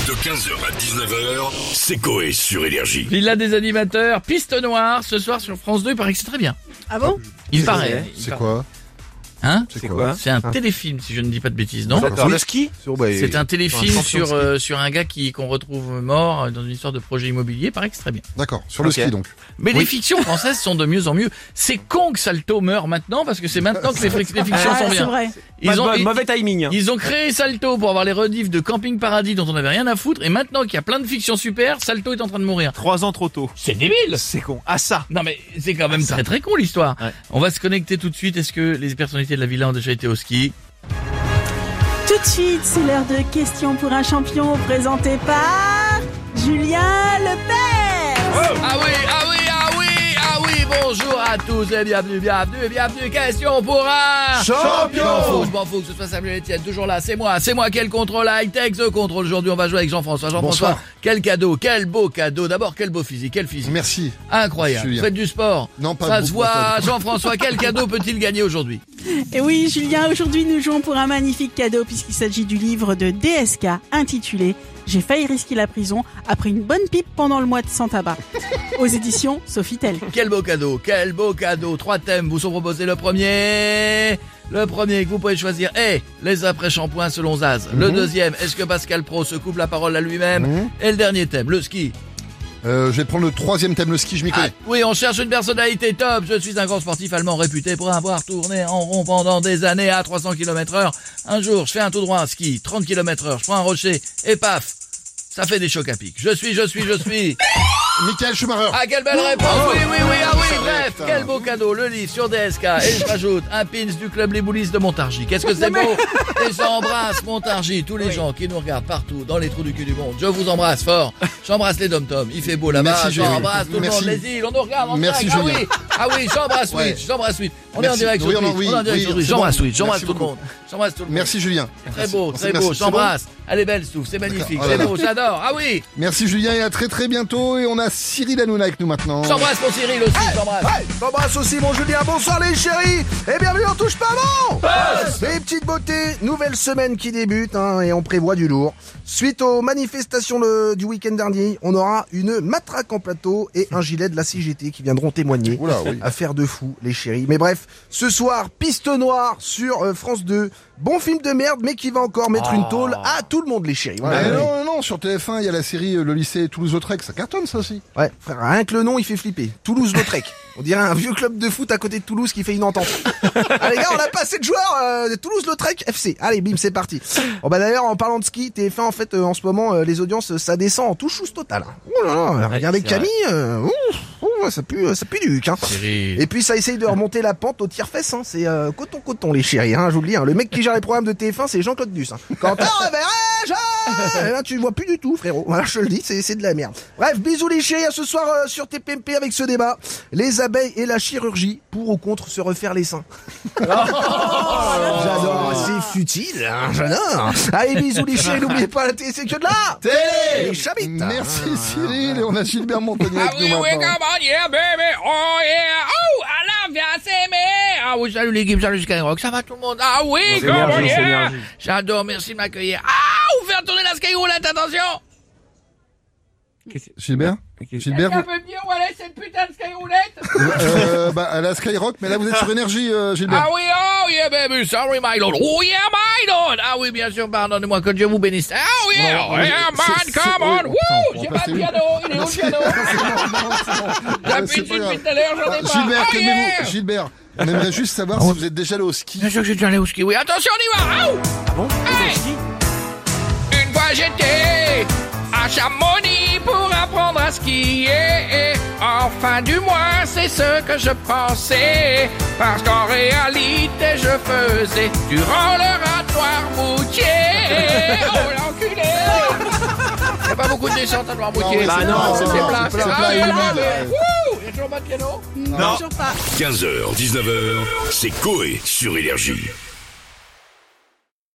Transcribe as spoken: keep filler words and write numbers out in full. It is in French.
De quinze heures à dix-neuf heures, c'est Coé sur Énergie. Villa des animateurs, Piste Noire, ce soir sur France deux, il paraît que c'est très bien. Ah bon? Il paraît. C'est quoi? Hein? C'est quoi? C'est un téléfilm, si je ne dis pas de bêtises, non? D'accord. Le ski C'est un téléfilm un sur, champion de euh, sur un gars qui qu'on retrouve mort dans une histoire de projet immobilier, il paraît que c'est très bien. D'accord, sur le Ok. ski donc. Mais les fictions françaises sont de mieux en mieux. C'est con que Salto meurt maintenant, parce que c'est maintenant que les, fri- les fictions Ah, sont c'est bien. vrai. Ils ont, ils, mauvais timing. ils ont créé Salto pour avoir les rediffs de Camping Paradis dont on avait rien à foutre, et maintenant qu'il y a plein de fictions super, Salto est en train de mourir. Trois ans trop tôt. C'est débile! C'est con. Ah ça. Non mais c'est quand même très très con l'histoire. Ouais. On va se connecter tout de suite. Est-ce que les personnalités de la villa ont déjà été au ski? Tout de suite, c'est l'heure de questions pour un champion présenté par Julien Lepers. Ah oui, ah oui, ah oui, ah oui, bonjour à tous et bienvenue, bienvenue, bienvenue. Question pour un Champion. Je m'en fous, je m'en fous que ce soit Samuel Etienne, toujours là, c'est moi, c'est moi quel contrôle high-tech, The Control. Aujourd'hui on va jouer avec Jean-François. Jean-François, Bonsoir. quel cadeau, quel beau cadeau. D'abord quel beau physique, quel physique. Merci. Incroyable, Julien. vous faites du sport. Non, pas Ça se beaucoup, voit, pas Jean-François, quel cadeau peut-il gagner aujourd'hui? Et oui, Julien, aujourd'hui nous jouons pour un magnifique cadeau puisqu'il s'agit du livre de D S K intitulé J'ai failli risquer la prison après une bonne pipe pendant le mois de sans tabac. Aux éditions Sofitel. Quel beau cadeau, quel beau cadeau. Trois thèmes vous sont proposés. Le premier, le premier que vous pouvez choisir est les après-shampoings selon Zaz. Le deuxième, est-ce que Pascal Pro se coupe la parole à lui-même? Mhm. Et le dernier thème, le ski. Euh, je vais prendre le troisième thème, le ski, je m'y Ah, connais. oui, on cherche une personnalité top. Je suis un grand sportif allemand réputé pour avoir tourné en rond pendant des années à trois cents kilomètres heure. Un jour, je fais un tout droit à ski, trente kilomètres heure, je prends un rocher et paf, ça fait des chocs à pic. Je suis, je suis, je suis... Michael Schumacher. Ah, quelle belle réponse! Oui, oui, oui, ah oui, bref, Putain. quel beau cadeau, le livre sur D S K, et je rajoute un pins du club Les Boulistes de Montargis. Qu'est-ce que c'est beau! Et j'embrasse Montargis, tous les gens qui nous regardent partout, dans les trous du cul du monde. Je vous embrasse fort. J'embrasse les dom-toms, il fait beau là-bas. Merci, Julien. J'embrasse tout le Merci. monde, les îles, on nous regarde en Merci, direct. Ah Julien. oui, ah oui, j'embrasse Ouais. Switch, j'embrasse Switch. On est en Merci. direct Oui, sur on en- Twitch, oui, on est en direct oui, sur Twitch. c'est J'embrasse bon. Switch, j'embrasse Merci tout le beaucoup. monde. J'embrasse tout le monde. Merci Julien. Très Merci. beau, C'est très beau, merci. C'est bon j'embrasse. Elle est belle, Stouff, c'est magnifique, D'accord. c'est Oh là beau, j'adore. Ah oui, Merci Julien et à très très bientôt. Et on a Cyril Hanouna avec nous maintenant. j'embrasse mon Cyril aussi, j'embrasse. Hey, j'embrasse aussi mon Julien, bonsoir les chéris. Et bienvenue on touche pas bon. Les petites beautés, nouvelle semaine qui débute hein, et on prévoit du lourd. Suite aux manifestations le- du week-end dernier, on aura une matraque en plateau et un gilet de la C G T qui viendront témoigner. Oula, oui. Affaire de fou les chéris. Mais bref, ce soir, Piste Noire sur euh, France deux. Bon film de merde mais qui va encore mettre une tôle à tout le monde les chéris. Mais Voilà. non, non, non, sur T F un, il y a la série euh, Le lycée Toulouse-Lautrec, ça cartonne ça aussi. Ouais, frère, rien que le nom, il fait flipper. Toulouse-Lautrec. On dirait un vieux club de foot à côté de Toulouse qui fait une entente. Ah les gars, on a pas assez de joueurs euh, de Toulouse-Lautrec F C. Allez, bim, c'est parti. Bon bah d'ailleurs, en parlant de ski, T F un en fait euh, en ce moment euh, les audiences euh, ça descend en tout chousse total. Oh là là, regardez c'est Camille, euh, ouf, ouf, ça pue, euh, ça pue du huc. Hein. Cyril. Et puis ça essaye de remonter la pente au tire-fesse, hein. C'est euh, coton coton les chéris, hein, je vous le dis. Hein. Le mec qui gère les programmes de T F un, c'est Jean-Claude Duss. Hein. Quand t'as réveillé, là tu vois plus du tout, frérot. Voilà, je te le dis, c'est c'est de la merde. Bref, bisous les chéris, à ce soir euh, sur T P M P avec ce débat. Les abeilles et la chirurgie, pour ou contre se refaire les seins. J'adore, c'est futile, hein, j'adore. Allez, bisous les chéris, n'oubliez pas la télé, c'est que de là. Télé. Les chabites. Merci Cyril et on a Gilbert Montagnier Ah avec oui, nous oui, maintenant. come on, yeah, baby, oh yeah, oh, Allah, viens s'aimer. Ah oui, salut l'équipe, salut Skyrock, ça va tout le monde? Ah oui, C'est come on, énergie, c'est yeah. énergie. J'adore, merci de m'accueillir. Ah, vous faire tourner la Skyroulette, attention. Gilbert Gilbert, Quelqu'un vous- peut me dire où elle est cette putain de Skyroulette? euh, bah, à la Skyrock, mais là vous êtes sur énergie, euh, Gilbert. Ah oui, oh yeah, baby, sorry my lord. Oh yeah, my lord. Ah oui, bien sûr, pardonnez-moi, que Dieu vous bénisse. Ah oui, Non, oh mais yeah, c'est- man, c'est- come oui, on. attends, Wouh, on j'ai va pas passer de une- piano, il est où le piano? J'appuie dessus depuis tout à l'heure, j'en ai pas. Gilbert, Oh calmez-vous. yeah. Gilbert, on aimerait juste savoir si vous êtes déjà allé au ski. Bien sûr que j'ai déjà allé au ski, oui. Attention, on y va. Ah, Ah bon? hey. Une fois j'étais à Chamonix pour apprendre à skier. En fin du mois, c'est ce que je pensais. Parce qu'en réalité, je faisais du roller à Noirmoutier. Oh l'enculé! Il n'y a pas beaucoup de descente à Noirmoutier. Non, Bah non, c'est c'est plat. plat, c'est c'est plat, plat et oui, humide, là, mais- ouais. Wouh! Il y a toujours pas de piano? Non, toujours pas. quinze heures, dix-neuf heures, c'est Coé sur Énergie.